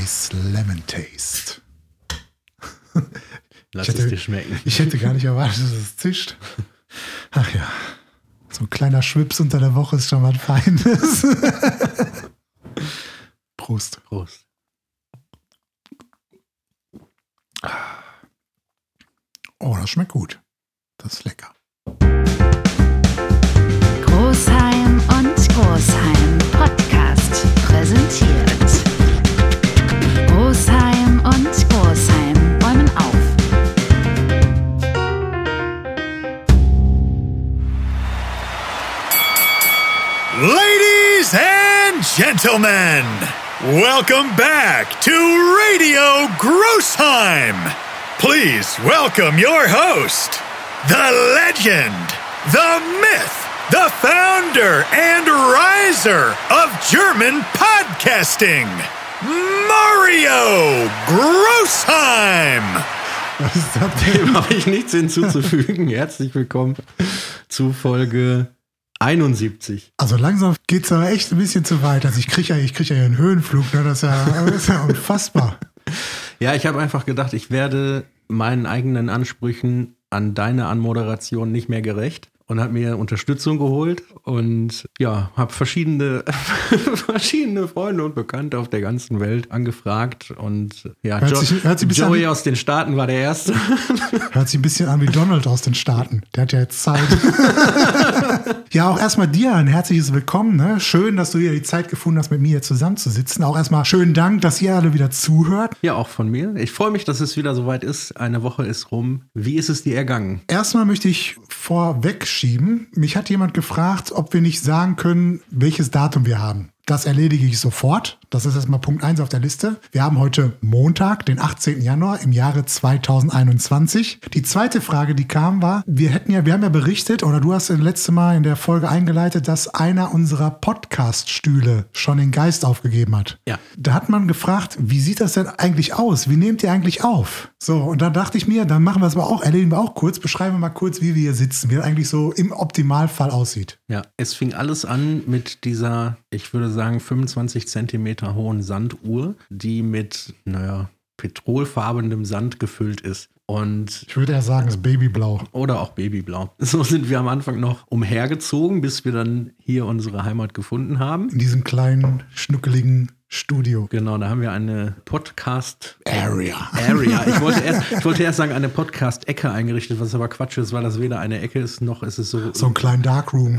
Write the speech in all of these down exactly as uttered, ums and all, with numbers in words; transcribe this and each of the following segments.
Nice Lemon Taste. Lass hätte, es dir schmecken. Ich hätte gar nicht erwartet, dass es zischt. Ach ja, so ein kleiner Schwips unter der Woche ist schon was Feines. Prost. Prost. Oh, das schmeckt gut. Das ist lecker. Großheim und Großheim Podcast präsentiert. Großheim und Großheim räumen auf. Ladies and gentlemen, welcome back to Radio Großheim. Please welcome your host, the legend, the myth, the founder and riser of German podcasting, Mario Großheim. Was ist das Dem habe ich nichts hinzuzufügen. Herzlich willkommen zu Folge einundsiebzig. Also langsam geht es aber echt ein bisschen zu weit. Also ich kriege ja, ich krieg ja einen Höhenflug, ne? Das ist ja, das ist ja unfassbar. Ja, ich habe einfach gedacht, ich werde meinen eigenen Ansprüchen an deine Anmoderation nicht mehr gerecht und habe mir Unterstützung geholt und ja, habe verschiedene verschiedene Freunde und Bekannte auf der ganzen Welt angefragt und ja, hört jo- sich, hört sich ein bisschen Joey an, aus den Staaten war der Erste. hört sich ein bisschen an wie Donald aus den Staaten. Der hat ja jetzt Zeit. Ja, auch erstmal dir ein herzliches Willkommen. Ne? Schön, dass du wieder die Zeit gefunden hast, mit mir hier zusammenzusitzen. Auch erstmal schönen Dank, dass ihr alle wieder zuhört. Ja, auch von mir. Ich freue mich, dass es wieder soweit ist. Eine Woche ist rum. Wie ist es dir ergangen? Erstmal möchte ich vorweg schieben. Mich hat jemand gefragt, ob wir nicht sagen können, welches Datum wir haben. Das erledige ich sofort. Das ist erstmal Punkt eins auf der Liste. Wir haben heute Montag, den achtzehnten Januar im Jahre zweitausendeinundzwanzig. Die zweite Frage, die kam, war, wir hätten ja, wir haben ja berichtet, oder du hast das letzte Mal in der Folge eingeleitet, dass einer unserer Podcast-Stühle schon den Geist aufgegeben hat. Ja. Da hat man gefragt, wie sieht das denn eigentlich aus? Wie nehmt ihr eigentlich auf? So, und dann dachte ich mir, dann machen wir es aber auch, erledigen wir auch kurz, beschreiben wir mal kurz, wie wir hier sitzen, wie das eigentlich so im Optimalfall aussieht. Ja, es fing alles an mit dieser, ich würde sagen, fünfundzwanzig Zentimeter hohen Sanduhr, die mit, naja, petrolfarbenem Sand gefüllt ist. Und Ich würde eher sagen, es ist Babyblau. oder auch Babyblau. So sind wir am Anfang noch umhergezogen, bis wir dann hier unsere Heimat gefunden haben. In diesem kleinen, schnuckeligen Studio. Genau, da haben wir eine Podcast Area. Area. Ich wollte erst, ich wollte erst sagen, eine Podcast-Ecke eingerichtet, was aber Quatsch ist, weil das weder eine Ecke ist, noch ist es so. So einen kleinen Darkroom.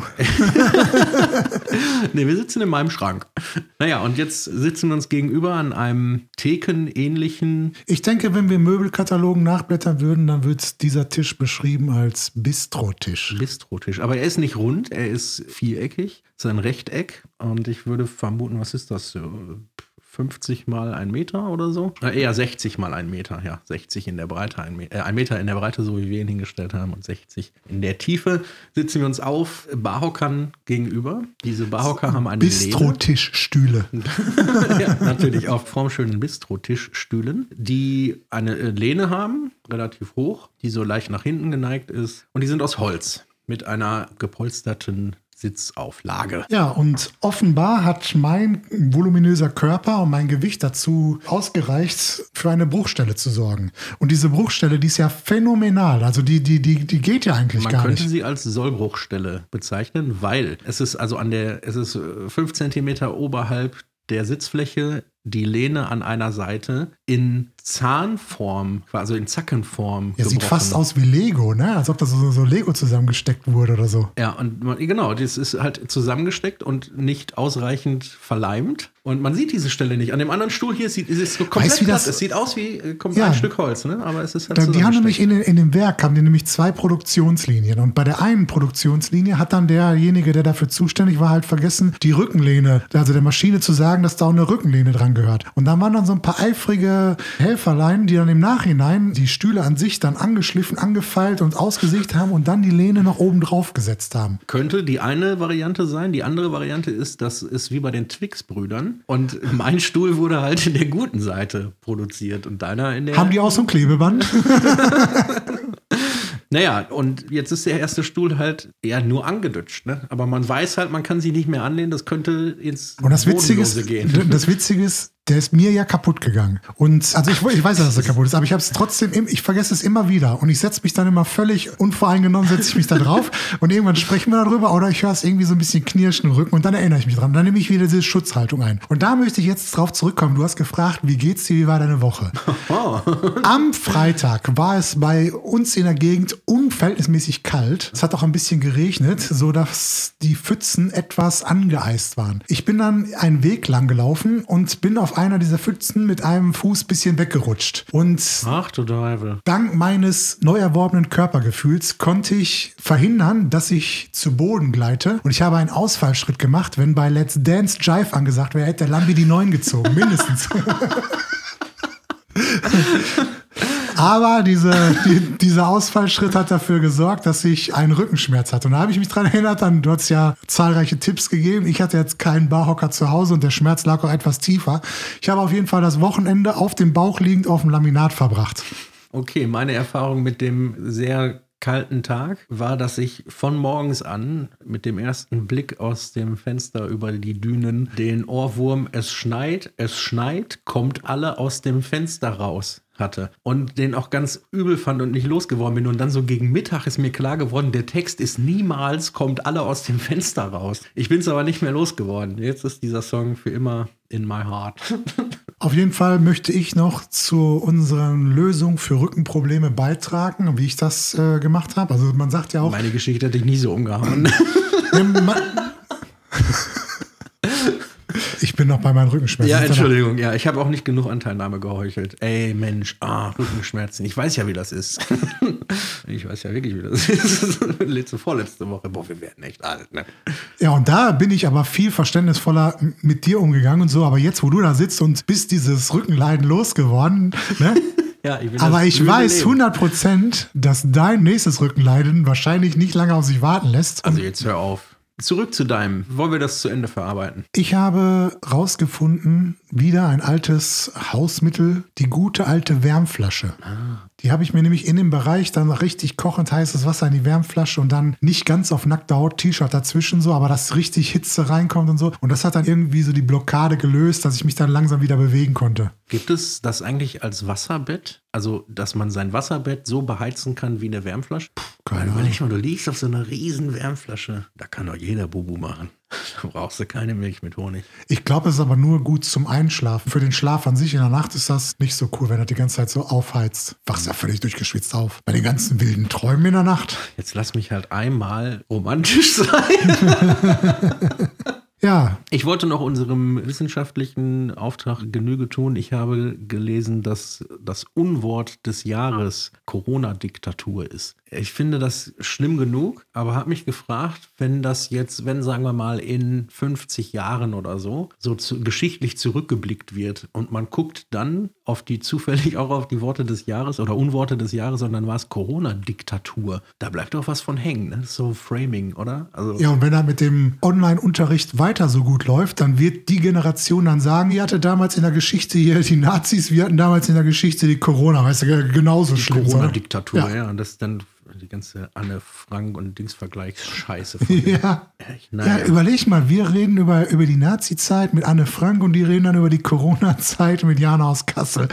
Nee, wir sitzen in meinem Schrank. Naja, und jetzt sitzen wir uns gegenüber an einem Theken-ähnlichen. Ich denke, wenn wir Möbelkatalogen nachblättern würden, dann wird dieser Tisch beschrieben als Bistrotisch. Bistrotisch. Aber er ist nicht rund, er ist viereckig, ist ein Rechteck. Und ich würde vermuten, was ist das? fünfzig mal ein Meter oder so? Äh, eher sechzig mal ein Meter, ja. sechzig in der Breite, ein, Me- äh, ein Meter in der Breite, so wie wir ihn hingestellt haben, und sechzig in der Tiefe. Sitzen wir uns auf Barhockern gegenüber. Diese Barhocker haben eine Lehne. Bistrotischstühle. Ja, natürlich auf formschönen Bistrotischstühlen, die eine äh, Lehne haben, relativ hoch, die so leicht nach hinten geneigt ist. Und die sind aus Holz mit einer gepolsterten Sitzauflage. Ja, und offenbar hat mein voluminöser Körper und mein Gewicht dazu ausgereicht, für eine Bruchstelle zu sorgen. Und diese Bruchstelle, die ist ja phänomenal. Also die, die, die, die geht ja eigentlich Man gar könnte nicht. sie als Sollbruchstelle bezeichnen, weil es ist also an der, es ist äh, fünf Zentimeter oberhalb der Sitzfläche die Lehne an einer Seite in Zahnform, also in Zackenform Ja, sieht gebrochen. fast aus wie Lego, ne? Als ob das so, so Lego zusammengesteckt wurde oder so. Ja, und man, genau, das ist halt zusammengesteckt und nicht ausreichend verleimt. Und man sieht diese Stelle nicht. An dem anderen Stuhl hier sieht, ist es so komplett Weißt du, wie das- platt. Es sieht aus wie äh, kommt Ja. ein Stück Holz, ne? Aber es ist halt Da, die haben nämlich zusammengesteckt. in, den- in dem Werk haben die nämlich zwei Produktionslinien. Und bei der einen Produktionslinie hat dann derjenige, der dafür zuständig war, halt vergessen, die Rückenlehne, also der Maschine zu sagen, dass da auch eine Rückenlehne dran gehört. Und dann waren dann so ein paar eifrige Helferlein, die dann im Nachhinein die Stühle an sich dann angeschliffen, angefeilt und ausgesicht haben und dann die Lehne noch oben drauf gesetzt haben. Könnte die eine Variante sein. Die andere Variante ist, das ist wie bei den Twix-Brüdern. Und mein Stuhl wurde halt in der guten Seite produziert und deiner in der... Haben die auch so ein Klebeband? Naja, und jetzt ist der erste Stuhl halt ja nur angedutscht, ne? Aber man weiß halt, man kann sie nicht mehr anlehnen, das könnte ins Und das Witzige, Bodenlose ist, gehen. das Witzige ist, der ist mir ja kaputt gegangen. Und also ich, ich weiß ja, dass er kaputt ist, aber ich habe es trotzdem, im, ich vergesse es immer wieder. Und ich setze mich dann immer völlig unvoreingenommen, setze ich mich da drauf und irgendwann sprechen wir darüber oder ich höre es irgendwie so ein bisschen knirschen im Rücken und dann erinnere ich mich dran. Dann nehme ich wieder diese Schutzhaltung ein. Und da möchte ich jetzt drauf zurückkommen. Du hast gefragt, wie geht's dir, wie war deine Woche? Am Freitag war es bei uns in der Gegend unverhältnismäßig kalt. Es hat auch ein bisschen geregnet, sodass die Pfützen etwas angeeist waren. Ich bin dann einen Weg lang gelaufen und bin auf einer dieser Pfützen mit einem Fuß ein bisschen weggerutscht. Und Ach du Teufel. dank meines neu erworbenen Körpergefühls konnte ich verhindern, dass ich zu Boden gleite. Und ich habe einen Ausfallschritt gemacht. Wenn bei Let's Dance Jive angesagt wäre, hätte der Lambi die neun gezogen, mindestens. Aber diese, die, dieser Ausfallschritt hat dafür gesorgt, dass ich einen Rückenschmerz hatte. Und da habe ich mich dran erinnert, dann, du hast ja zahlreiche Tipps gegeben. Ich hatte jetzt keinen Barhocker zu Hause und der Schmerz lag auch etwas tiefer. Ich habe auf jeden Fall das Wochenende auf dem Bauch liegend auf dem Laminat verbracht. Okay, meine Erfahrung mit dem sehr kalten Tag war, dass ich von morgens an mit dem ersten Blick aus dem Fenster über die Dünen den Ohrwurm "Es schneit, es schneit, kommt alle aus dem Fenster raus" hatte und den auch ganz übel fand und nicht losgeworden bin. Und dann so gegen Mittag ist mir klar geworden, der Text ist niemals "kommt alle aus dem Fenster raus". Ich bin es aber nicht mehr losgeworden. Jetzt ist dieser Song für immer in my heart. Auf jeden Fall möchte ich noch zu unseren Lösungen für Rückenprobleme beitragen, wie ich das äh, gemacht habe. Also man sagt ja auch... Meine Geschichte hätte ich nie so umgehauen. Ich bin noch bei meinen Rückenschmerzen. Ja, Entschuldigung, ja, ich habe auch nicht genug Anteilnahme geheuchelt. Ey, Mensch, ah, Rückenschmerzen. Ich weiß ja, wie das ist. Ich weiß ja wirklich, wie das ist. Letzte, vorletzte Woche. Boah, wir werden echt alt, ne? Ja, und da bin ich aber viel verständnisvoller mit dir umgegangen und so. Aber jetzt, wo du da sitzt und bist dieses Rückenleiden losgeworden, ne? Ja, ich aber ich weiß hundert Prozent, dass dein nächstes Rückenleiden wahrscheinlich nicht lange auf sich warten lässt. Also jetzt hör auf. Zurück zu deinem. Wollen wir das zu Ende verarbeiten? Ich habe rausgefunden, wieder ein altes Hausmittel, die gute alte Wärmflasche. Ah. Die habe ich mir nämlich in dem Bereich dann richtig kochend heißes Wasser in die Wärmflasche und dann nicht ganz auf nackter Haut, T-Shirt dazwischen so, aber dass richtig Hitze reinkommt und so. Und das hat dann irgendwie so die Blockade gelöst, dass ich mich dann langsam wieder bewegen konnte. Gibt es das eigentlich als Wasserbett? Also, dass man sein Wasserbett so beheizen kann wie eine Wärmflasche? Puh, keine Ahnung. Überleg mal, du liegst auf so einer riesen Wärmflasche. Da kann doch jeder Bubu machen. Da brauchst du keine Milch mit Honig. Ich glaube, es ist aber nur gut zum Einschlafen. Für den Schlaf an sich in der Nacht ist das nicht so cool, wenn er die ganze Zeit so aufheizt. Wachst ja völlig durchgeschwitzt auf. Bei den ganzen wilden Träumen in der Nacht. Jetzt lass mich halt einmal romantisch sein. Ja. Ich wollte noch unserem wissenschaftlichen Auftrag Genüge tun. Ich habe gelesen, dass das Unwort des Jahres Corona-Diktatur ist. Ich finde das schlimm genug, aber habe mich gefragt, wenn das jetzt, wenn sagen wir mal in fünfzig Jahren oder so, so zu, geschichtlich zurückgeblickt wird und man guckt dann auf die, zufällig auch auf die Worte des Jahres oder Unworte des Jahres, sondern war es Corona-Diktatur. Da bleibt doch was von hängen, ne? So Framing, oder? Also ja, und wenn er mit dem Online-Unterricht weiter so gut läuft, dann wird die Generation dann sagen, die hatte damals in der Geschichte hier die Nazis, wir hatten damals in der Geschichte die Corona, weißt du, genauso die schlimm. Corona-Diktatur, ja. ja. Und das ist dann die ganze Anne Frank und Dings-Vergleichsscheiße. Ja. ja, überleg mal, wir reden über, über die Nazi-Zeit mit Anne Frank und die reden dann über die Corona-Zeit mit Jana aus Kassel.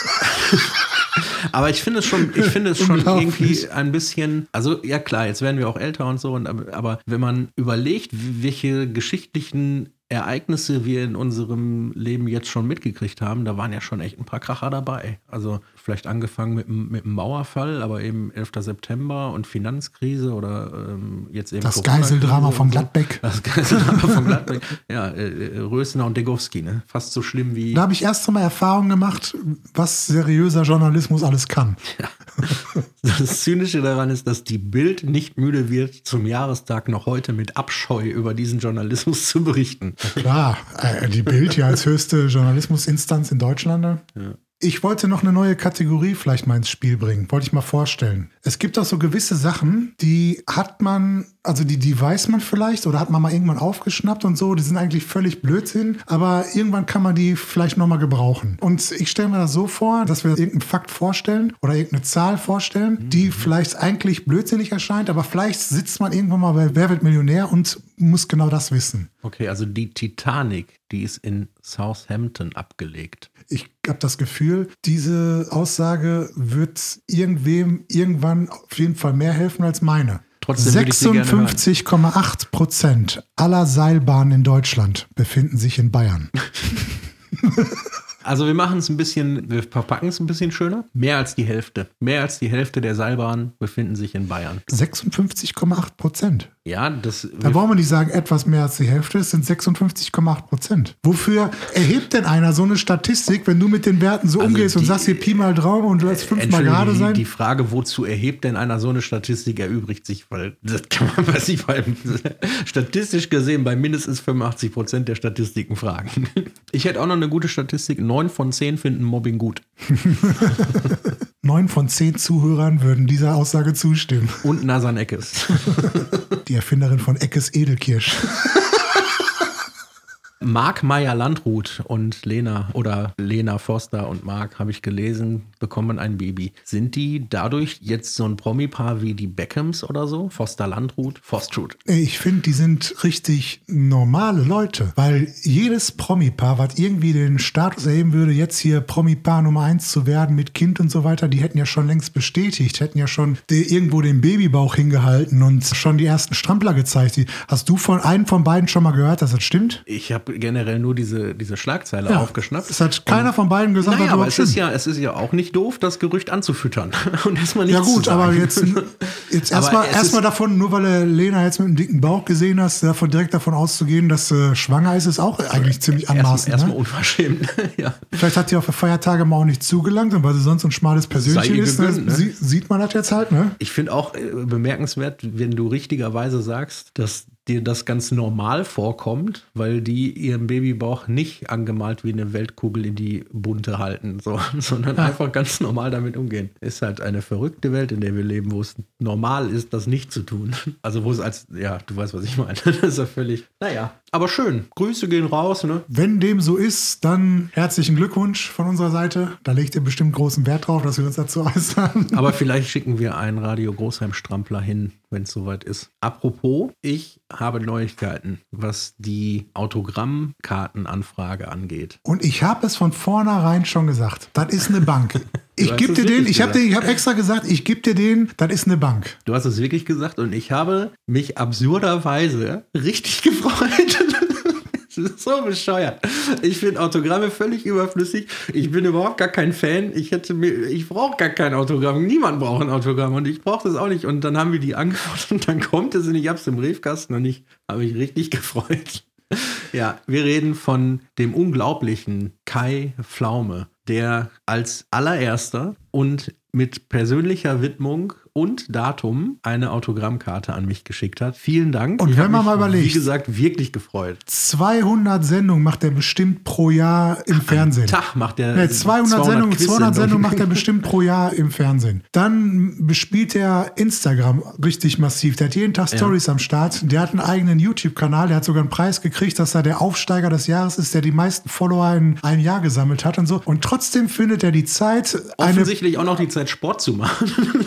Aber ich finde es schon, ich finde es schon irgendwie ein bisschen, also ja klar, jetzt werden wir auch älter und so, und, aber wenn man überlegt, welche geschichtlichen Ereignisse wir in unserem Leben jetzt schon mitgekriegt haben, da waren ja schon echt ein paar Kracher dabei. Also vielleicht angefangen mit, mit dem Mauerfall, aber eben elfter September und Finanzkrise oder ähm, jetzt eben das Geiseldrama von Gladbeck. Das Geiseldrama von Gladbeck. Ja, äh, Rösner und Degowski, ne? Fast so schlimm wie... Da habe ich erst einmal Erfahrung gemacht, was seriöser Journalismus alles kann. Ja. Das Zynische daran ist, dass die Bild nicht müde wird, zum Jahrestag noch heute mit Abscheu über diesen Journalismus zu berichten. Klar, äh, die Bild ja als höchste Journalismusinstanz in Deutschland. Ne? Ja. Ich wollte noch eine neue Kategorie vielleicht mal ins Spiel bringen. Wollte ich mal vorstellen. Es gibt auch so gewisse Sachen, die hat man, also die, die weiß man vielleicht oder hat man mal irgendwann aufgeschnappt und so. Die sind eigentlich völlig Blödsinn, aber irgendwann kann man die vielleicht nochmal gebrauchen. Und ich stelle mir das so vor, dass wir irgendeinen Fakt vorstellen oder irgendeine Zahl vorstellen, die vielleicht eigentlich blödsinnig erscheint, aber vielleicht sitzt man irgendwann mal bei Wer wird Millionär und muss genau das wissen. Okay, also die Titanic, die ist in Southampton abgelegt. Ich habe das Gefühl, diese Aussage wird irgendwem irgendwann auf jeden Fall mehr helfen als meine. Trotzdem würde ich sie gerne hören. sechsundfünfzig Komma acht Prozent aller Seilbahnen in Deutschland befinden sich in Bayern. Also wir machen es ein bisschen, wir verpacken es ein bisschen schöner. Mehr als die Hälfte. Mehr als die Hälfte der Seilbahnen befinden sich in Bayern. sechsundfünfzig Komma acht Prozent. Ja, das... Da brauchen wir nicht sagen, etwas mehr als die Hälfte, es sind sechsundfünfzig Komma acht Prozent. Wofür erhebt denn einer so eine Statistik, wenn du mit den Werten so Also umgehst und die- sagst hier Pi mal Daumen und du lässt fünfmal Entschuldigung, gerade die, sein? Die Frage, wozu erhebt denn einer so eine Statistik, erübrigt sich, weil das kann man, weiß ich, weil statistisch gesehen bei mindestens fünfundachtzig Prozent der Statistiken fragen. Ich hätte auch noch eine gute Statistik. Neun von zehn finden Mobbing gut. Neun von zehn Zuhörern würden dieser Aussage zustimmen. Und Nasan Eckes. Die Erfinderin von Eckes Edelkirsch. Marc Meyer-Landrut und Lena oder Lena Foster und Marc, habe ich gelesen, bekommen ein Baby. Sind die dadurch jetzt so ein Promi-Paar wie die Beckhams oder so? Foster-Landrut? Fostrut. Ich finde, die sind richtig normale Leute, weil jedes Promi-Paar, was irgendwie den Status erheben würde, jetzt hier Promi-Paar Nummer eins zu werden mit Kind und so weiter, die hätten ja schon längst bestätigt, hätten ja schon die, irgendwo den Babybauch hingehalten und schon die ersten Strampler gezeigt. Die, hast du von einem von beiden schon mal gehört, dass das stimmt? Ich habe generell nur diese, diese Schlagzeile Ja, aufgeschnappt. es hat keiner von beiden gesagt, Naja, dass aber das es ist, stimmt. ja, es ist ja auch nicht doof, das Gerücht anzufüttern. Und erstmal nichts Ja gut, zu sagen. aber jetzt, jetzt Aber erstmal es erst ist- davon, nur weil du Lena jetzt mit einem dicken Bauch gesehen hast, davon direkt davon auszugehen, dass sie schwanger ist, ist auch eigentlich ziemlich anmaßend. Erstmal Ne? unverschämt. Ja. Vielleicht hat sie auf die Feiertage mal auch nicht zugelangt und weil sie sonst so ein schmales Persönchen ihr ist, gegönnt, ne? ne? sie, sieht man das jetzt halt, ne? Ich finde auch äh, bemerkenswert, wenn du richtigerweise sagst, dass dir das ganz normal vorkommt, weil die ihren Babybauch nicht angemalt wie eine Weltkugel in die Bunte halten, so, sondern Ja. einfach ganz normal damit umgehen. Ist halt eine verrückte Welt, in der wir leben, wo es normal ist, das nicht zu tun. Also wo es als, ja, du weißt, was ich meine. Das ist ja völlig, naja, aber schön. Grüße gehen raus, ne? Wenn dem so ist, dann herzlichen Glückwunsch von unserer Seite. Da legt ihr bestimmt großen Wert drauf, dass wir uns dazu äußern. Aber vielleicht schicken wir einen Radio Großheim-Strampler hin, wenn es soweit ist. Apropos, ich habe Neuigkeiten, was die Autogrammkartenanfrage angeht. Und ich habe es von vornherein schon gesagt. Das ist eine Bank. Ich hast gebe es dir den, wirklich ich habe gesagt. hab extra gesagt, ich gebe dir den, das ist eine Bank. Du hast es wirklich gesagt und ich habe mich absurderweise richtig gefreut. Das ist so bescheuert. Ich finde Autogramme völlig überflüssig. Ich bin überhaupt gar kein Fan. Ich hätte mir, ich brauche gar kein Autogramm. Niemand braucht ein Autogramm und ich brauche das auch nicht. Und dann haben wir die angefordert und dann kommt es und ich habe es im Briefkasten und ich habe mich richtig gefreut. Ja, wir reden von dem unglaublichen Kai Pflaume, der als allererster und mit persönlicher Widmung und Datum eine Autogrammkarte an mich geschickt hat. Vielen Dank. Und Ich wenn hab man mich, mal überlegt- wie gesagt, wirklich gefreut. zweihundert Sendungen macht er bestimmt pro Jahr im Fernsehen. Tag macht der Nee, zweihundert Sendungen, zweihundert Sendungen macht er bestimmt pro Jahr im Fernsehen. Dann bespielt er Instagram richtig massiv. Der hat jeden Tag Stories am Start. Der hat einen eigenen YouTube-Kanal. Der hat sogar einen Preis gekriegt, dass er der Aufsteiger des Jahres ist, der die meisten Follower in einem Jahr gesammelt hat und so. Und trotzdem findet er die Zeit, eine Offensichtlich auch noch die Zeit, Sport zu machen.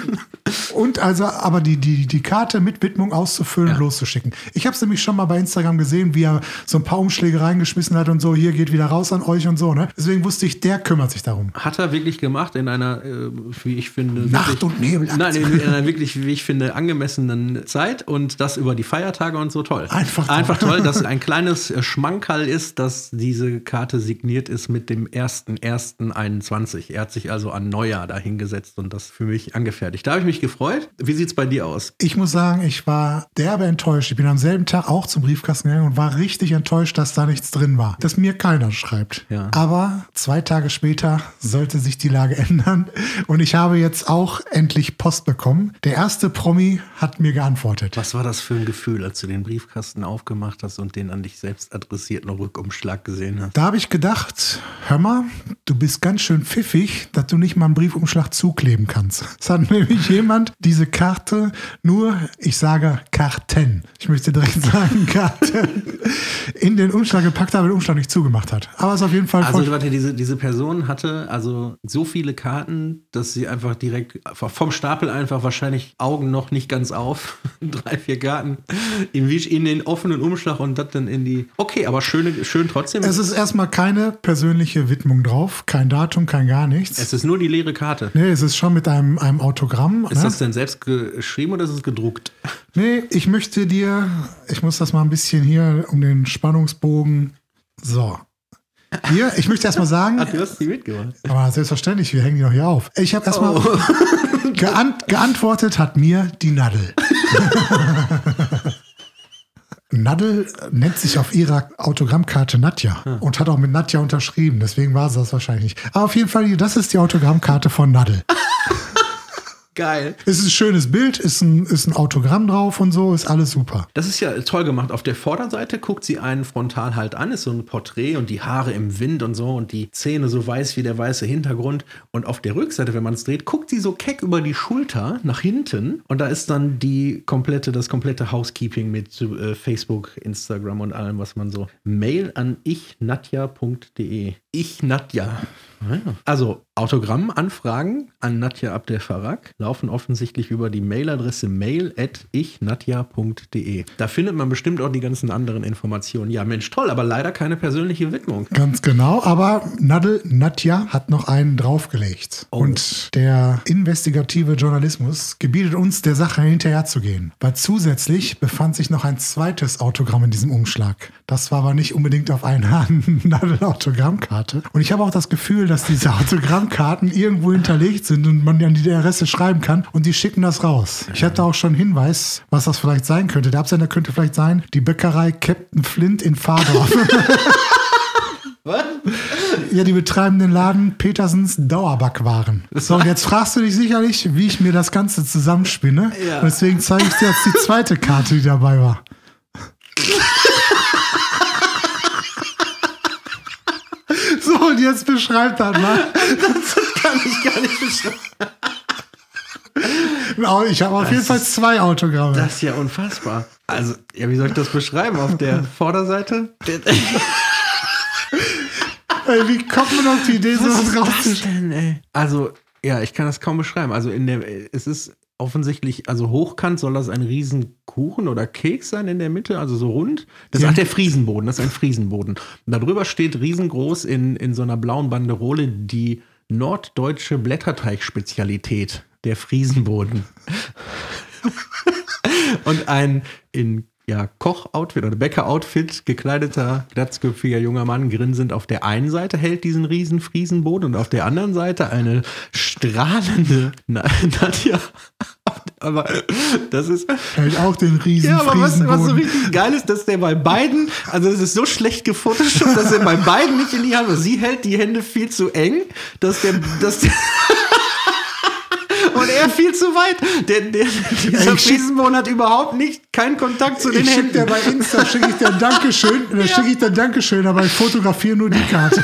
und also aber die, die, die Karte mit Widmung auszufüllen und Ja. loszuschicken. Ich habe es nämlich schon mal bei Instagram gesehen, wie er so ein paar Umschläge reingeschmissen hat und so, hier geht wieder raus an euch und so. Ne? Deswegen wusste ich, der kümmert sich darum. Hat er wirklich gemacht in einer, äh, wie ich finde, Nacht- wirklich, und Nebelaktion. Nein, in, in einer wirklich, wie ich finde, angemessenen Zeit und das über die Feiertage und so toll. Einfach toll. Einfach toll, dass ein kleines äh, Schmankerl ist, dass diese Karte signiert ist mit dem ersten ersten einundzwanzig. Er hat sich also an Neujahr dahingesetzt und das für mich angefertigt. Da habe ich mich gefreut. Wie sieht's bei dir aus? Ich muss sagen, ich war derbe enttäuscht. Ich bin am selben Tag auch zum Briefkasten gegangen und war richtig enttäuscht, dass da nichts drin war. Dass mir keiner schreibt. Ja. Aber zwei Tage später sollte sich die Lage ändern. Und ich habe jetzt auch endlich Post bekommen. Der erste Promi hat mir geantwortet. Was war das für ein Gefühl, als du den Briefkasten aufgemacht hast und den an dich selbst adressierten Rückumschlag gesehen hast? Da habe ich gedacht, hör mal, du bist ganz schön pfiffig, dass du nicht mal einen Briefumschlag zukleben kannst. Das hat nämlich jemand jemand diese Karte nur, ich sage Karten, ich möchte direkt sagen Karten, in den Umschlag gepackt hat, aber den Umschlag nicht zugemacht hat. Aber es ist auf jeden Fall... Also warte, diese, diese Person hatte also so viele Karten, dass sie einfach direkt vom Stapel einfach wahrscheinlich Augen noch nicht ganz auf, drei, vier Karten, in, in den offenen Umschlag und das dann in die... Okay, aber schön, schön trotzdem. Es ist erstmal keine persönliche Widmung drauf, kein Datum, kein gar nichts. Es ist nur die leere Karte. Nee, es ist schon mit einem, einem Autogramm. Ist ne? das denn selbst geschrieben oder ist es gedruckt? Nee, ich möchte dir, ich muss das mal ein bisschen hier um den Spannungsbogen, so. Hier, ich möchte erstmal sagen. Ach, du hast die mitgebracht. Aber selbstverständlich, wir hängen die noch hier auf. Ich habe erstmal oh. geant- geantwortet, hat mir die Nadel. Nadel nennt sich auf ihrer Autogrammkarte Nadja hm. und hat auch mit Nadja unterschrieben. Deswegen war sie das wahrscheinlich nicht. Aber auf jeden Fall, das ist die Autogrammkarte von Nadel. Geil. Es ist ein schönes Bild, ist ein, ist ein Autogramm drauf und so, ist alles super. Das ist ja toll gemacht. Auf der Vorderseite guckt sie einen frontal halt an, ist so ein Porträt und die Haare im Wind und so und die Zähne so weiß wie der weiße Hintergrund. Und auf der Rückseite, wenn man es dreht, guckt sie so keck über die Schulter nach hinten und da ist dann die komplette, das komplette Housekeeping mit äh, Facebook, Instagram und allem, was man so. Mail an ich nadja punkt de. Ich Nadja. Also Autogrammanfragen an Nadja Abdel Farag laufen offensichtlich über die Mailadresse mail at ich nadja punkt de. Da findet man bestimmt auch die ganzen anderen Informationen. Ja, Mensch, toll, aber leider keine persönliche Widmung. Ganz genau, aber Nadel Nadja hat noch einen draufgelegt. Oh. Und der investigative Journalismus gebietet uns, der Sache hinterherzugehen. Weil zusätzlich befand sich noch ein zweites Autogramm in diesem Umschlag. Das war aber nicht unbedingt auf einer Nadel-Autogrammkarte. Und ich habe auch das Gefühl, dass diese Autogrammkarten irgendwo hinterlegt sind und man an die Adresse schreiben kann und die schicken das raus. Ich hatte auch schon einen Hinweis, was das vielleicht sein könnte. Der Absender könnte vielleicht sein, die Bäckerei Captain Flint in Fahrdorf. Was? Ja, die betreiben den Laden Petersens Dauerbackwaren. So, und jetzt fragst du dich sicherlich, wie ich mir das Ganze zusammenspinne. Ja. Und deswegen zeige ich dir jetzt die zweite Karte, die dabei war. So, und jetzt beschreibt das mal. Das kann ich gar nicht beschreiben. Ich habe auf das jeden Fall zwei Autogramme. Das ist ja unfassbar. Also, ja, wie soll ich das beschreiben? Auf der Vorderseite? Ey, wie kommt man auf die Idee, sowas rauszuschneiden? Also, ja, ich kann das kaum beschreiben. Also, in der, es ist offensichtlich, also hochkant soll das ein Riesenkuchen oder Keks sein in der Mitte, also so rund. Das ist ja. Ach, der Friesenboden, das ist ein Friesenboden. Und darüber steht riesengroß in, in so einer blauen Banderole die norddeutsche Blätterteigspezialität, der Friesenboden. Und ein in ja, Koch-Outfit oder Bäcker-Outfit gekleideter, glatzköpfiger junger Mann grinsend auf der einen Seite hält diesen riesen Friesenboden und auf der anderen Seite eine strahlende Nadja. Aber das ist... Hält auch den riesen Ja, aber was, Friesenboden. was so richtig geil ist, dass der bei beiden, also es ist so schlecht gefotoshoppt, dass er bei beiden nicht in die Hand, sie hält die Hände viel zu eng, dass der... Dass der und er viel zu weit. Der, der, dieser Friesenboden hat überhaupt nicht keinen Kontakt zu den ich Händen. Ich schicke dir bei Insta, schicke ich dir ein Dankeschön. Da ja. schicke ich dir ein Dankeschön, aber ich fotografiere nur die Karte.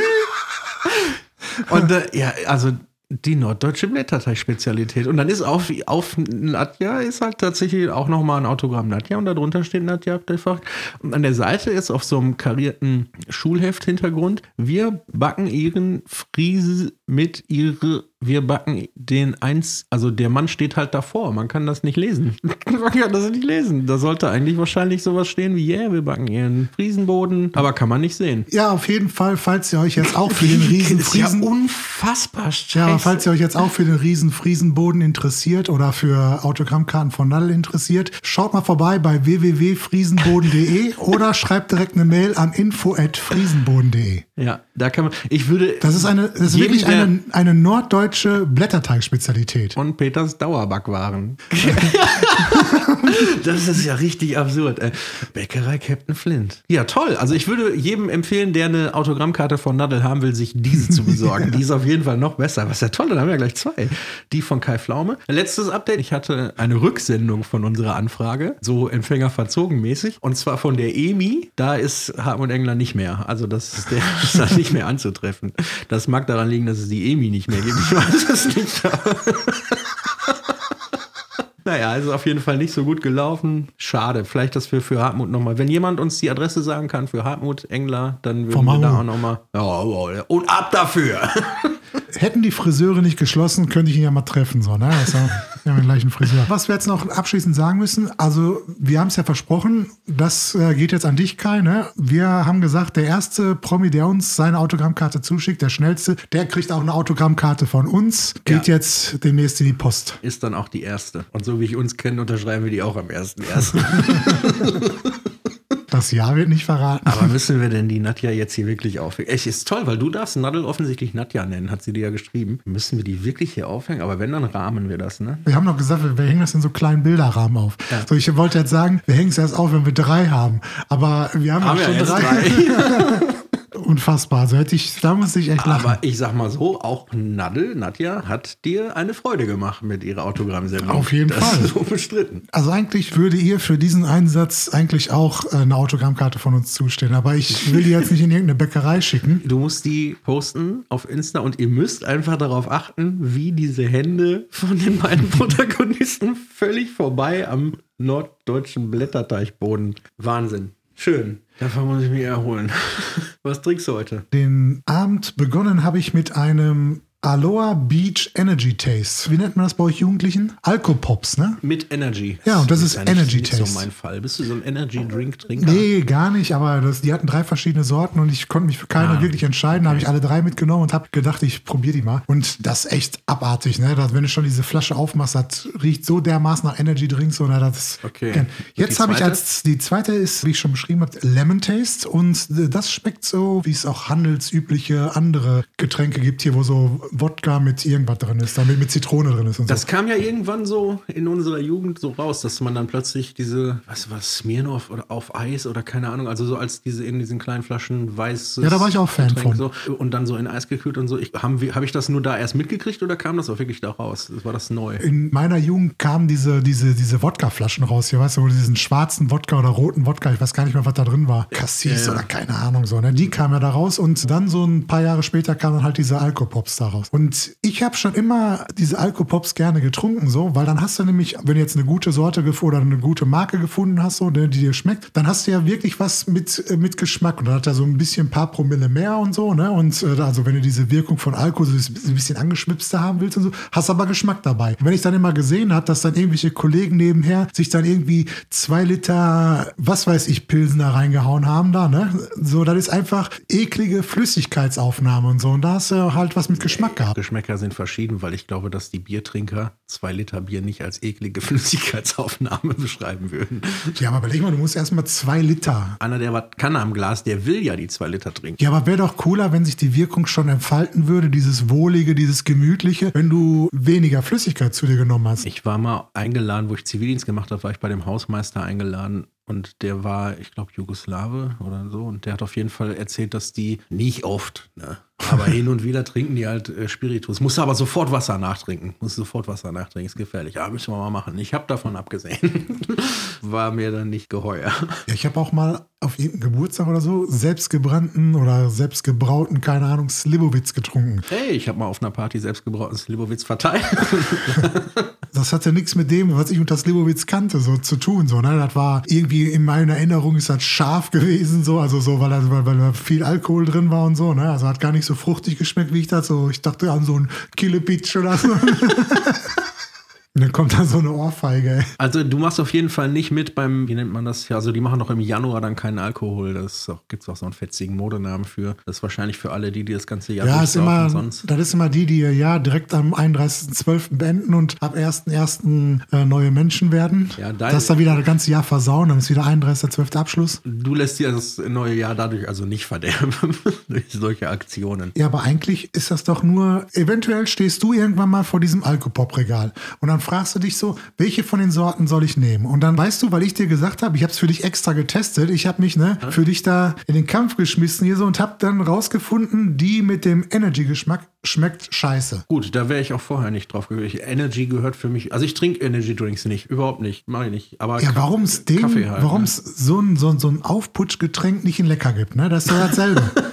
Und äh, ja, also die norddeutsche Blätterteig-Spezialität. Und dann ist auf, auf Nadja ist halt tatsächlich auch nochmal ein Autogramm Nadja und darunter steht Nadja Abdel Farag. Und an der Seite ist auf so einem karierten Schulheft-Hintergrund: Wir backen ihren Friese mit ihre, wir backen den eins, also der Mann steht halt davor, man kann das nicht lesen. Man kann das nicht lesen. Da sollte eigentlich wahrscheinlich sowas stehen wie, yeah, wir backen ihren Friesenboden, aber kann man nicht sehen. Ja, auf jeden Fall, falls ihr euch jetzt auch für den riesen Friesen... Das ist ja unfassbar scheiße. Ja, falls ihr euch jetzt auch für den riesen Friesenboden interessiert oder für Autogrammkarten von Nadel interessiert, schaut mal vorbei bei w w w punkt friesenboden punkt de oder schreibt direkt eine Mail an info at friesenboden punkt de. Ja, da kann man, ich würde... Das ist eine, das ist wirklich eine, eine norddeutsche Blätterteig-Spezialität. Und Peters Dauerbackwaren. Das ist ja richtig absurd. Bäckerei Captain Flint. Ja, toll. Also ich würde jedem empfehlen, der eine Autogrammkarte von Nadel haben will, sich diese zu besorgen. Die ist auf jeden Fall noch besser. Was ist ja toll, dann haben wir ja gleich zwei. Die von Kai Pflaume. Letztes Update. Ich hatte eine Rücksendung von unserer Anfrage, so empfängerverzogen mäßig. Und zwar von der Emi. Da ist Hartmut Engler nicht mehr. Also das ist, der, das ist da nicht mehr anzutreffen. Das mag daran liegen, dass es die Emi nicht mehr gibt. Ich weiß es nicht. ist auf jeden Fall nicht so gut gelaufen. Schade. Vielleicht, dass wir für Hartmut nochmal, wenn jemand uns die Adresse sagen kann für Hartmut Engler, dann würden Vom wir da Hammer. auch nochmal. Oh, oh, und ab dafür! Hätten die Friseure nicht geschlossen, könnte ich ihn ja mal treffen. So, ne? Also, wir haben den gleichen Friseur. Was wir jetzt noch abschließend sagen müssen, also wir haben es ja versprochen, das äh, geht jetzt an dich, Kai. Ne? Wir haben gesagt, der erste Promi, der uns seine Autogrammkarte zuschickt, der schnellste, der kriegt auch eine Autogrammkarte von uns, geht Ja. jetzt demnächst in die Post. Ist dann auch die erste. Und so wie ich uns kenne, unterschreiben wir die auch am ersten ersten Das Jahr wird nicht verraten. Aber müssen wir denn die Nadja jetzt hier wirklich aufhängen? Echt, ist toll, weil du darfst Nadel offensichtlich Nadja nennen, hat sie dir ja geschrieben. Müssen wir die wirklich hier aufhängen? Aber wenn, dann rahmen wir das, ne? Wir haben noch gesagt, wir, wir hängen das in so kleinen Bilderrahmen auf. Ja. So, ich wollte jetzt sagen, wir hängen es erst auf, wenn wir drei haben. Aber wir haben, Haben ja wir schon jetzt drei. drei. Unfassbar. Also hätte ich, da muss ich echt lachen. Aber ich sag mal so, auch Nadel, Nadja, hat dir eine Freude gemacht mit ihrer Autogrammsendung. Auf jeden das Fall. Ist so bestritten. Also eigentlich würde ihr für diesen Einsatz eigentlich auch äh, eine Autogrammkarte von uns zustehen. Aber ich will die jetzt nicht in irgendeine Bäckerei schicken. Du musst die posten auf Insta und ihr müsst einfach darauf achten, wie diese Hände von den beiden Protagonisten völlig vorbei am norddeutschen Blätterteichboden. Wahnsinn. Schön. Davon muss ich mich erholen. Was trinkst du heute? Den Abend begonnen habe ich mit einem Aloha Beach Energy Taste. Wie nennt man das bei euch Jugendlichen? Alkopops, ne? Mit Energy. Ja, und das ist ja nicht, Energy nicht so Taste. mein Fall. Bist du so ein Energy Drink Trinker? Nee, gar nicht, aber das, die hatten drei verschiedene Sorten und ich konnte mich für keine Ah, wirklich entscheiden. Da habe ich alle drei mitgenommen und habe gedacht, ich probiere die mal. Und das ist echt abartig, ne? Das, wenn du schon diese Flasche aufmachst, das riecht so dermaßen nach Energy Drinks. Oder das, Okay. Gern. Jetzt Die habe ich zweite? als, die zweite ist, wie ich schon beschrieben habe, Lemon Taste. Und das schmeckt so, wie es auch handelsübliche andere Getränke gibt hier, wo so Wodka mit irgendwas drin ist, damit mit Zitrone drin ist und Das so. kam ja irgendwann so in unserer Jugend so raus, dass man dann plötzlich diese, was war Smirnoff oder auf Eis oder keine Ahnung, also so als diese in diesen kleinen Flaschen weiß. Ja, da war ich auch Fan von. So, und dann so in Eis gekühlt und so. Ich, haben wir, habe ich das nur da erst mitgekriegt oder kam das auch wirklich da raus? War das neu? In meiner Jugend kamen diese, diese, diese Wodka-Flaschen raus, hier, weißt du, wo diesen schwarzen Wodka oder roten Wodka, ich weiß gar nicht mehr, was da drin war. Cassis Ja, ja. oder keine Ahnung so, ne? Die kamen ja da raus und dann so ein paar Jahre später kamen dann halt diese Alkopops da raus. Und ich habe schon immer diese Alkopops gerne getrunken, so, weil dann hast du nämlich, wenn du jetzt eine gute Sorte gef- oder eine gute Marke gefunden hast, so, ne, die dir schmeckt, dann hast du ja wirklich was mit, äh, mit Geschmack und dann hat er so ein bisschen ein paar Promille mehr und so, ne? Und äh, also wenn du diese Wirkung von Alkohol so ein bisschen angeschwipster haben willst und so, hast aber Geschmack dabei. Und wenn ich dann immer gesehen habe, dass dann irgendwelche Kollegen nebenher sich dann irgendwie zwei Liter, was weiß ich, Pilsen da reingehauen haben da, ne? So, das ist einfach eklige Flüssigkeitsaufnahme und so. Und da hast du halt was mit Geschmack gehabt. Geschmäcker sind verschieden, weil ich glaube, dass die Biertrinker zwei Liter Bier nicht als eklige Flüssigkeitsaufnahme beschreiben würden. Ja, aber überleg mal, du musst erstmal zwei Liter. Einer, der was kann am Glas, der will ja die zwei Liter trinken. Ja, aber wäre doch cooler, wenn sich die Wirkung schon entfalten würde, dieses Wohlige, dieses Gemütliche, wenn du weniger Flüssigkeit zu dir genommen hast. Ich war mal eingeladen, wo ich Zivildienst gemacht habe, war ich bei dem Hausmeister eingeladen. Und der war, ich glaube, Jugoslawe oder so. Und der hat auf jeden Fall erzählt, dass die nicht oft, ne, aber hin und wieder trinken die halt äh, Spiritus. Musst aber sofort Wasser nachtrinken. Musst sofort Wasser nachtrinken, ist gefährlich. Ja, müssen wir mal machen. Ich habe davon abgesehen. War mir dann nicht geheuer. Ja, ich habe auch mal auf irgendeinem Geburtstag oder so selbstgebrannten oder selbstgebrauten, keine Ahnung, Slivovitz getrunken. Hey, ich habe mal auf einer Party selbstgebrauten Slivovitz verteilt. Das hatte nichts mit dem, was ich unter Slivovitz kannte, so zu tun. So, ne? Das war irgendwie in meiner Erinnerung ist das scharf gewesen, so, also so, weil, weil, weil da viel Alkohol drin war und so, ne? Also hat gar nicht so fruchtig geschmeckt, wie ich das so. Ich dachte an so ein Killepitch oder so. Und dann kommt da so eine Ohrfeige, ey. Also du machst auf jeden Fall nicht mit beim, wie nennt man das? Ja, also die machen doch im Januar dann keinen Alkohol. Das gibt es auch so einen fetzigen Modenamen für. Das ist wahrscheinlich für alle, die, die das ganze Jahr Ja, ist durchlaufen immer, sonst. das ist immer die, die ihr Jahr direkt am einunddreißigsten zwölften beenden und ab ersten ersten äh, neue Menschen werden. Ja, dein- das da wieder das ganze Jahr versauen, dann ist wieder einunddreißigster zwölfte Abschluss. Du lässt dir das neue Jahr dadurch also nicht verderben, durch solche Aktionen. Ja, aber eigentlich ist das doch nur, eventuell stehst du irgendwann mal vor diesem Alkopop-Regal und dann fragst du dich so, welche von den Sorten soll ich nehmen? Und dann weißt du, weil ich dir gesagt habe, ich habe es für dich extra getestet, ich habe mich ne, für dich da in den Kampf geschmissen hier so und habe dann rausgefunden, die mit dem Energy-Geschmack schmeckt scheiße. Gut, da wäre ich auch vorher nicht drauf gekommen. Energy gehört für mich, also ich trinke Energy Drinks nicht, überhaupt nicht, mache ich nicht. Aber Ja, Ka- warum es den, Kaffee halt, warum ne? es so ein, so, ein- so ein Aufputschgetränk nicht in lecker gibt, ne? Das ist doch dasselbe.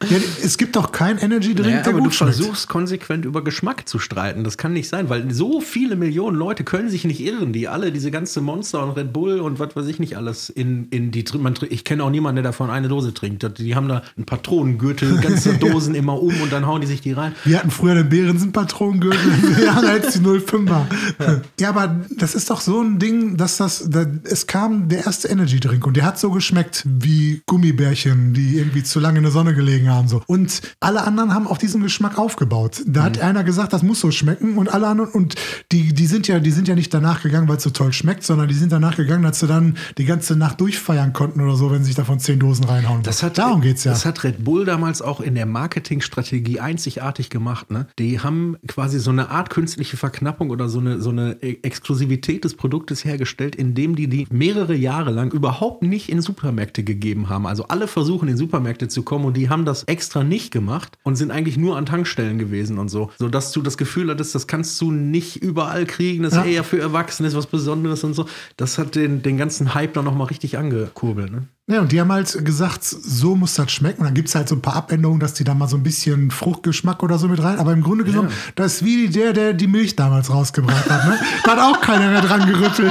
Ja, es gibt doch kein Energy-Drink, naja, der aber gut du schmeckt. versuchst konsequent über Geschmack zu streiten. Das kann nicht sein, weil so viele Millionen Leute können sich nicht irren, die alle diese ganze Monster und Red Bull und was weiß ich nicht alles in, in die man, ich kenne auch niemanden, der davon eine Dose trinkt. Die haben da einen Patronengürtel, ganze Dosen immer um und dann hauen die sich die rein. Wir hatten früher den Behrensen-Patronengürtel, wir haben jetzt die null Komma fünfer. Ja. ja, aber das ist doch so ein Ding, dass das, da, es kam der erste Energy-Drink und der hat so geschmeckt wie Gummibärchen, die irgendwie zu lange in der Sonne gelegen haben. So. Und alle anderen haben auf diesen Geschmack aufgebaut. Da hat mhm. einer gesagt, das muss so schmecken und alle anderen, und die, die sind ja, die sind ja nicht danach gegangen, weil es so toll schmeckt, sondern die sind danach gegangen, als sie dann die ganze Nacht durchfeiern konnten oder so, wenn sie sich davon zehn Dosen reinhauen. Das hat, Darum geht's ja. Das hat Red Bull damals auch in der Marketingstrategie einzigartig gemacht. Ne? Die haben quasi so eine Art künstliche Verknappung oder so eine, so eine Exklusivität des Produktes hergestellt, indem die die mehrere Jahre lang überhaupt nicht in Supermärkte gegeben haben. Also alle versuchen in Supermärkte zu kommen und die haben das extra nicht gemacht und sind eigentlich nur an Tankstellen gewesen und so. Sodass du das Gefühl hattest, das kannst du nicht überall kriegen, das ist ja eher für Erwachsene, ist was Besonderes und so. Das hat den, den ganzen Hype dann nochmal richtig angekurbelt. Ne? Ja, und die haben halt gesagt, so muss das schmecken. Und dann gibt es halt so ein paar Abänderungen, dass die da mal so ein bisschen Fruchtgeschmack oder so mit rein. Aber im Grunde genommen, ja. das ist wie der, der die Milch damals rausgebracht hat. Ne? Da hat auch keiner mehr dran gerüttelt.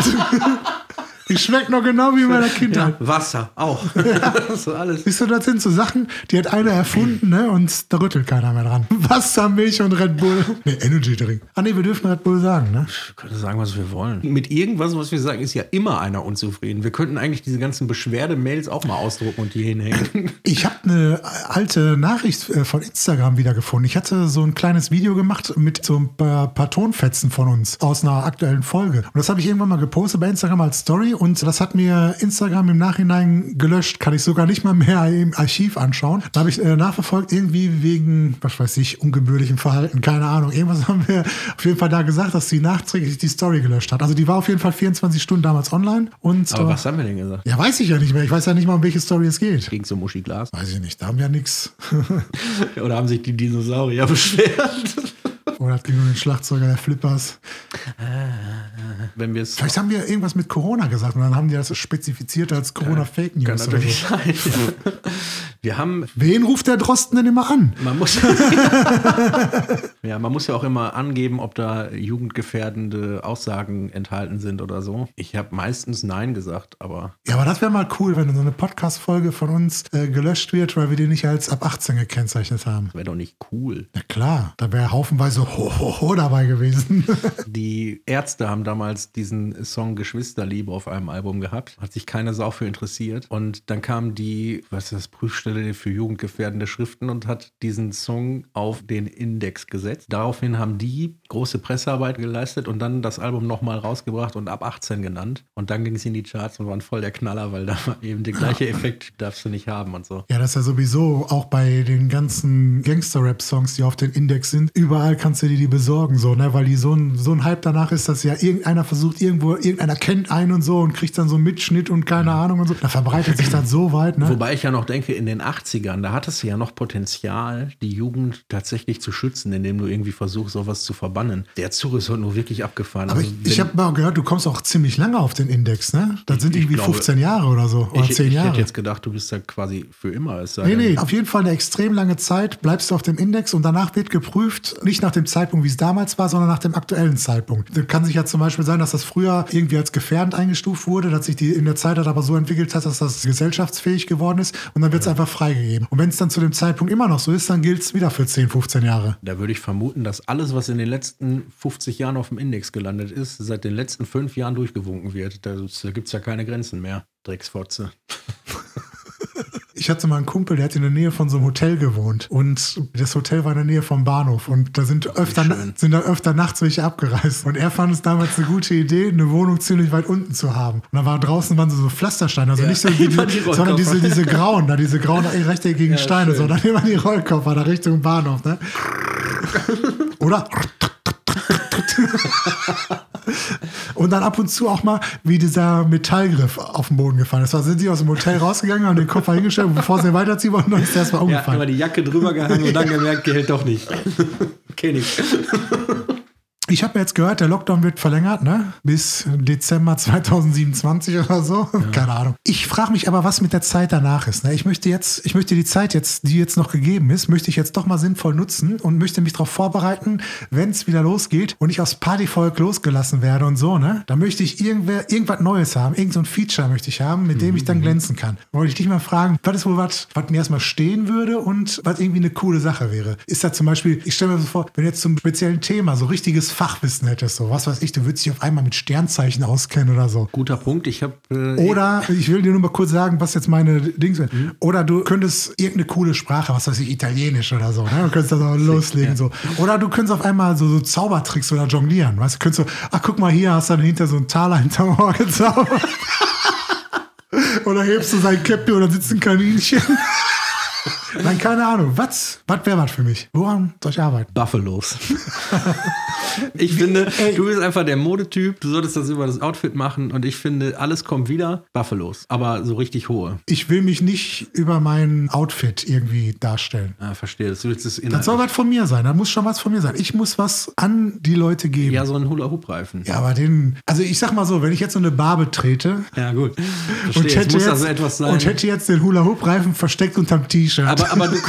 Die schmeckt noch genau wie in meiner Kindheit. Ja, Wasser, auch. Ja. So alles. Siehst du, das sind so Sachen, die hat einer erfunden, ne? Und da rüttelt keiner mehr dran. Wasser, Milch und Red Bull. Ne, Energy Drink. Ah ne, wir dürfen Red Bull sagen, ne? Wir können sagen, was wir wollen. Mit irgendwas, was wir sagen, ist ja immer einer unzufrieden. Wir könnten eigentlich diese ganzen Beschwerde-Mails auch mal ausdrucken und die hinhängen. Ich habe eine alte Nachricht von Instagram wiedergefunden. Ich hatte so ein kleines Video gemacht mit so ein paar, paar Tonfetzen von uns aus einer aktuellen Folge. Und das habe ich irgendwann mal gepostet bei Instagram als Story. Und das hat mir Instagram im Nachhinein gelöscht. Kann ich sogar nicht mal mehr im Archiv anschauen. Da habe ich äh, nachverfolgt, irgendwie wegen, was weiß ich, ungebührlichem Verhalten, keine Ahnung. Irgendwas haben wir auf jeden Fall da gesagt, dass sie nachträglich die Story gelöscht hat. Also die war auf jeden Fall vierundzwanzig Stunden damals online. Und, Aber äh, was haben wir denn gesagt? Ja, weiß ich ja nicht mehr. Ich weiß ja nicht mal, um welche Story es geht. Gegen so Muschi Glas? Weiß ich nicht. Da haben wir ja nichts. Oder haben sich die Dinosaurier beschwert? Oder es ging um den Schlagzeuger der Flippers. Wenn wir es Vielleicht haben wir irgendwas mit Corona gesagt und dann haben die das spezifiziert als Corona-Fake News. Kann natürlich so. sein. Wir haben. Wen ruft der Drosten denn immer an? Man muss, ja, man muss ja auch immer angeben, ob da jugendgefährdende Aussagen enthalten sind oder so. Ich habe meistens Nein gesagt, aber. Ja, aber das wäre mal cool, wenn so eine Podcast-Folge von uns äh, gelöscht wird, weil wir die nicht als ab achtzehn gekennzeichnet haben. Wäre doch nicht cool. Na klar, da wäre haufenweise Ho, Ho, Ho dabei gewesen. Die Ärzte haben damals diesen Song Geschwisterliebe auf einem Album gehabt. Hat sich keine Sau für interessiert. Und dann kam die, was ist das, Prüfstelle für jugendgefährdende Schriften und hat diesen Song auf den Index gesetzt. Daraufhin haben die große Pressearbeit geleistet und dann das Album nochmal rausgebracht und ab achtzehn genannt. Und dann ging es in die Charts und waren voll der Knaller, weil da war eben der gleiche Effekt, darfst du nicht haben und so. Ja, das ist ja sowieso auch bei den ganzen Gangster-Rap-Songs, die auf den Index sind. Überall kannst du dir die besorgen, so, ne? Weil die so ein, so ein Hype danach ist, dass ja irgendeiner versucht, irgendwo, irgendeiner kennt einen und so und kriegt dann so einen Mitschnitt und keine Ahnung und so. Da verbreitet sich das so weit, ne? Wobei ich ja noch denke, in den achtzigern, da hattest du ja noch Potenzial, die Jugend tatsächlich zu schützen, indem du irgendwie versuchst, sowas zu verbannen. Der Zug ist heute nur wirklich abgefahren. Aber also, ich, ich habe mal gehört, du kommst auch ziemlich lange auf den Index, ne? Das sind irgendwie glaube, fünfzehn Jahre oder so, oder ich, zehn Jahre. Ich hätte jetzt gedacht, du bist da quasi für immer. Es sei nee, nee, denn, auf jeden Fall eine extrem lange Zeit bleibst du auf dem Index und danach wird geprüft, nicht nach dem Zeitpunkt, wie es damals war, sondern nach dem aktuellen Zeitpunkt. Das kann sich ja zum Beispiel sein, dass das früher irgendwie als gefährdend eingestuft wurde, dass sich die in der Zeit halt aber so entwickelt hat, dass das gesellschaftsfähig geworden ist und dann wird es ja. einfach freigegeben. Und wenn es dann zu dem Zeitpunkt immer noch so ist, dann gilt es wieder für zehn, fünfzehn Jahre. Da würde ich vermuten, dass alles, was in den letzten fünfzig Jahren auf dem Index gelandet ist, seit den letzten fünf Jahren durchgewunken wird. Da, da gibt es ja keine Grenzen mehr. Drecksfotze. Ich hatte mal einen Kumpel, der hat in der Nähe von so einem Hotel gewohnt und das Hotel war in der Nähe vom Bahnhof und da sind öfter, sind da öfter nachts welche abgereist und er fand es damals eine gute Idee, eine Wohnung ziemlich weit unten zu haben. Und da war draußen waren so, so Pflastersteine, also ja, nicht so wie die, die sondern diese, diese grauen, da diese grauen rechteckigen ja, Steine, schön. Sondern immer die Rollkoffer da Richtung Bahnhof, ne? Oder? Und dann ab und zu auch mal, wie dieser Metallgriff auf den Boden gefallen ist. Da sind sie aus dem Hotel rausgegangen, haben den Koffer hingestellt und bevor sie weiterziehen wollten, dann ist der erstmal umgefallen. Ja, immer die Jacke drüber gehangen und dann gemerkt, hält doch nicht. Kenn ich. Ich habe jetzt gehört, der Lockdown wird verlängert, ne? Bis Dezember zweitausendsiebenundzwanzig oder so. Ja. Keine Ahnung. Ich frage mich aber, was mit der Zeit danach ist. Ne? Ich möchte jetzt, ich möchte die Zeit jetzt, die jetzt noch gegeben ist, möchte ich jetzt doch mal sinnvoll nutzen und möchte mich darauf vorbereiten, wenn es wieder losgeht und ich aus Partyvolk losgelassen werde und so, ne? Da möchte ich irgendwer, irgendwas Neues haben, irgend so ein Feature möchte ich haben, mit dem mhm. ich dann glänzen kann. Wollte ich dich mal fragen, was ist wohl was, was mir erstmal stehen würde und was irgendwie eine coole Sache wäre? Ist da zum Beispiel, ich stelle mir so vor, wenn jetzt zum speziellen Thema so richtiges Fachwissen hättest, so was weiß ich, du würdest dich auf einmal mit Sternzeichen auskennen oder so. Guter Punkt, ich habe... Äh, oder, ich will dir nur mal kurz sagen, was jetzt meine Dings sind. Mhm. Oder du könntest irgendeine coole Sprache, was weiß ich, Italienisch oder so, ne? Du könntest da so loslegen, ja. so. Oder du könntest auf einmal so, so Zaubertricks oder jonglieren, weißt du, könntest so, ach guck mal, hier hast du dann hinter so ein Taler hinterm Ohr gezaubert. Oder hebst du sein Käppi oder sitzt ein Kaninchen. Nein, keine Ahnung. Was? Was wäre was für mich? Woran soll ich arbeiten? Buffalos. Ich finde, Ey. du bist einfach der Modetyp. Du solltest das über das Outfit machen. Und ich finde, alles kommt wieder. Buffalos. Aber so richtig hohe. Ich will mich nicht über mein Outfit irgendwie darstellen. Ah, verstehe. Das, willst das, das soll was von mir sein. Da muss schon was von mir sein. Ich muss was an die Leute geben. Ja, so ein Hula-Hoop-Reifen. Ja, aber den... Also ich sag mal so, wenn ich jetzt so eine Bar betrete... Ja, gut. Verstehe. Und hätte, muss jetzt, also etwas sein. und hätte jetzt den Hula-Hoop-Reifen versteckt unterm T-Shirt. Aber, aber du...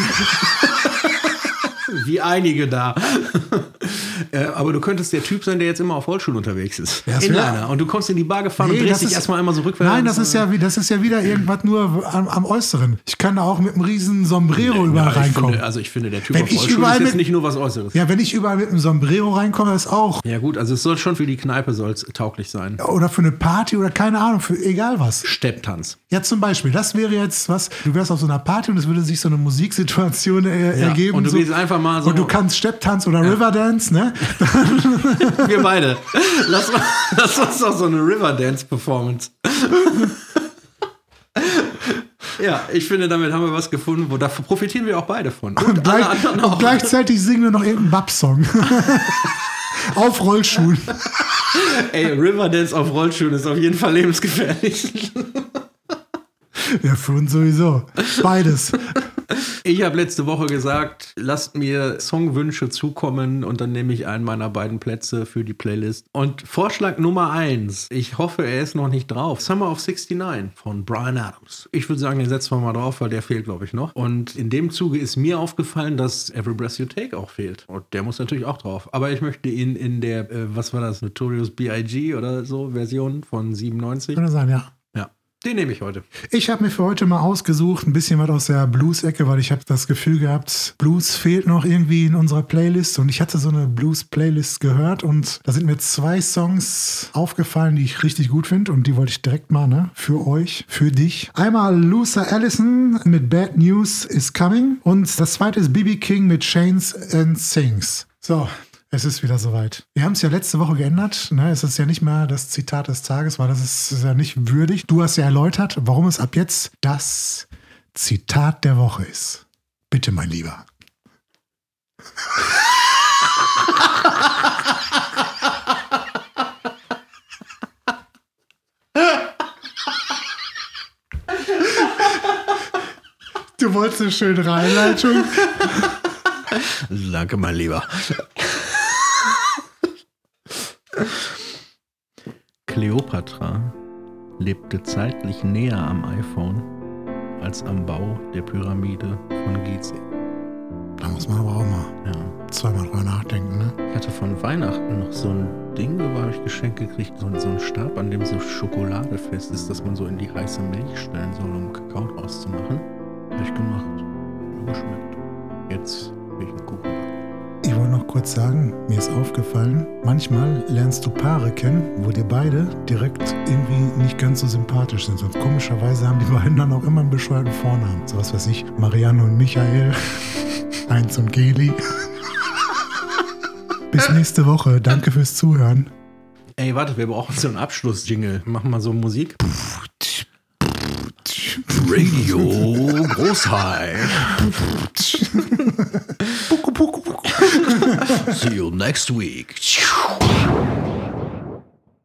Wie einige da. äh, aber du könntest der Typ sein, der jetzt immer auf Rollschuhen unterwegs ist. Ja, Inliner. Und du kommst in die Bar gefahren nee, und drehst dich erstmal einmal so rückwärts. Nein, das ist ja, das ist ja wieder irgendwas nur am, am Äußeren. Ich kann da auch mit einem riesen Sombrero ja, überall ja, reinkommen. Finde, also ich finde, der Typ wenn auf Rollschuhen ist jetzt mit, nicht nur was Äußeres. Ja, wenn ich überall mit einem Sombrero reinkomme, ist auch. Ja gut, also es soll schon für die Kneipe soll's tauglich sein. Oder für eine Party oder keine Ahnung, für egal was. Stepptanz. Ja, zum Beispiel, das wäre jetzt was, du wärst auf so einer Party und es würde sich so eine Musiksituation äh, ja, ergeben. Und du so. gehst einfach mal so. Und du kannst Stepptanz oder ja. Riverdance, ne? Wir beide. Lass, mal, lass uns doch so eine Riverdance-Performance. Ja, ich finde, damit haben wir was gefunden, wo da profitieren wir auch beide von. Und, und, gleich, alle anderen auch. Und gleichzeitig singen wir noch irgendeinen Bab-Song. Auf Rollschuhen. Ey, Riverdance auf Rollschuhen ist auf jeden Fall lebensgefährlich. Ja, für uns sowieso. Beides. Ich habe letzte Woche gesagt, lasst mir Songwünsche zukommen und dann nehme ich einen meiner beiden Plätze für die Playlist. Und Vorschlag Nummer eins, ich hoffe, er ist noch nicht drauf. Summer of sixty-nine von Bryan Adams. Ich würde sagen, den setzen wir mal drauf, weil der fehlt, glaube ich, noch. Und in dem Zuge ist mir aufgefallen, dass Every Breath You Take auch fehlt. Und der muss natürlich auch drauf. Aber ich möchte ihn in der, äh, was war das, Notorious B I G oder so, Version von siebenundneunzig. Kann das sein, ja. Den nehme ich heute. Ich habe mir für heute mal ausgesucht, ein bisschen was aus der Blues-Ecke, weil ich habe das Gefühl gehabt, Blues fehlt noch irgendwie in unserer Playlist. Und ich hatte so eine Blues-Playlist gehört und da sind mir zwei Songs aufgefallen, die ich richtig gut finde. Und die wollte ich direkt mal, ne, für euch, für dich. Einmal Luther Allison mit Bad News is Coming und das zweite ist B B King mit Chains and Sings. So. Es ist wieder soweit. Wir haben es ja letzte Woche geändert. Ne? Es ist ja nicht mehr das Zitat des Tages, weil das ist, ist ja nicht würdig. Du hast ja erläutert, warum es ab jetzt das Zitat der Woche ist. Bitte, mein Lieber. Du wolltest eine schöne Einleitung. Danke, mein Lieber. Kleopatra lebte zeitlich näher am iPhone als am Bau der Pyramide von Gizeh. Da muss man aber auch mal ja. zweimal drüber nachdenken, ne? Ich hatte von Weihnachten noch so ein Ding, wo habe ich geschenkt gekriegt, so, so ein Stab, an dem so Schokolade fest ist, dass man so in die heiße Milch stellen soll, um Kakao draus zu machen. Habe ich gemacht. Hat geschmeckt. Jetzt will ich einen Kuchen machen. Ich wollte noch kurz sagen, mir ist aufgefallen, manchmal lernst du Paare kennen, wo dir beide direkt irgendwie nicht ganz so sympathisch sind. Und komischerweise haben die beiden dann auch immer einen bescheuerten Vornamen. So was weiß ich, Marianne und Michael, Heinz und Geli. Bis nächste Woche. Danke fürs Zuhören. Ey, warte, wir brauchen so einen Abschluss-Jingle. Machen wir so Musik. Radio Großheim. See you next week.